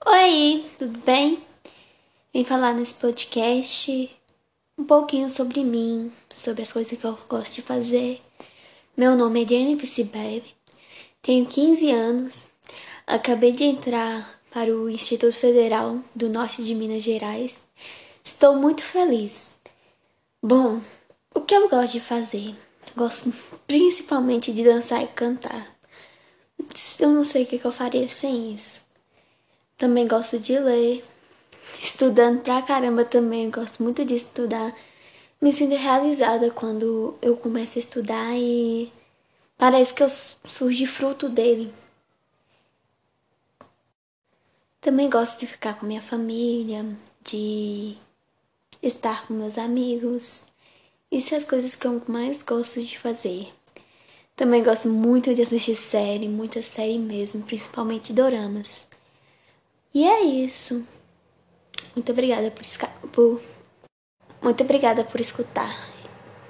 Oi, tudo bem? Vim falar nesse podcast um pouquinho sobre mim, sobre as coisas que eu gosto de fazer. Meu nome é Jennifer Sibeli, tenho 15 anos, acabei de entrar para o Instituto Federal do Norte de Minas Gerais. Estou muito feliz. Bom, o que eu gosto de fazer? Gosto principalmente de dançar e cantar. Eu não sei o que eu faria sem isso. Também gosto de ler. Estudando pra caramba também, eu gosto muito de estudar. Me sinto realizada quando eu começo a estudar e parece que eu surgi fruto dele. Também gosto de ficar com minha família, de estar com meus amigos. Isso é as coisas que eu mais gosto de fazer. Também gosto muito de assistir série, muita série mesmo, principalmente doramas. E é isso. Muito obrigada por escutar.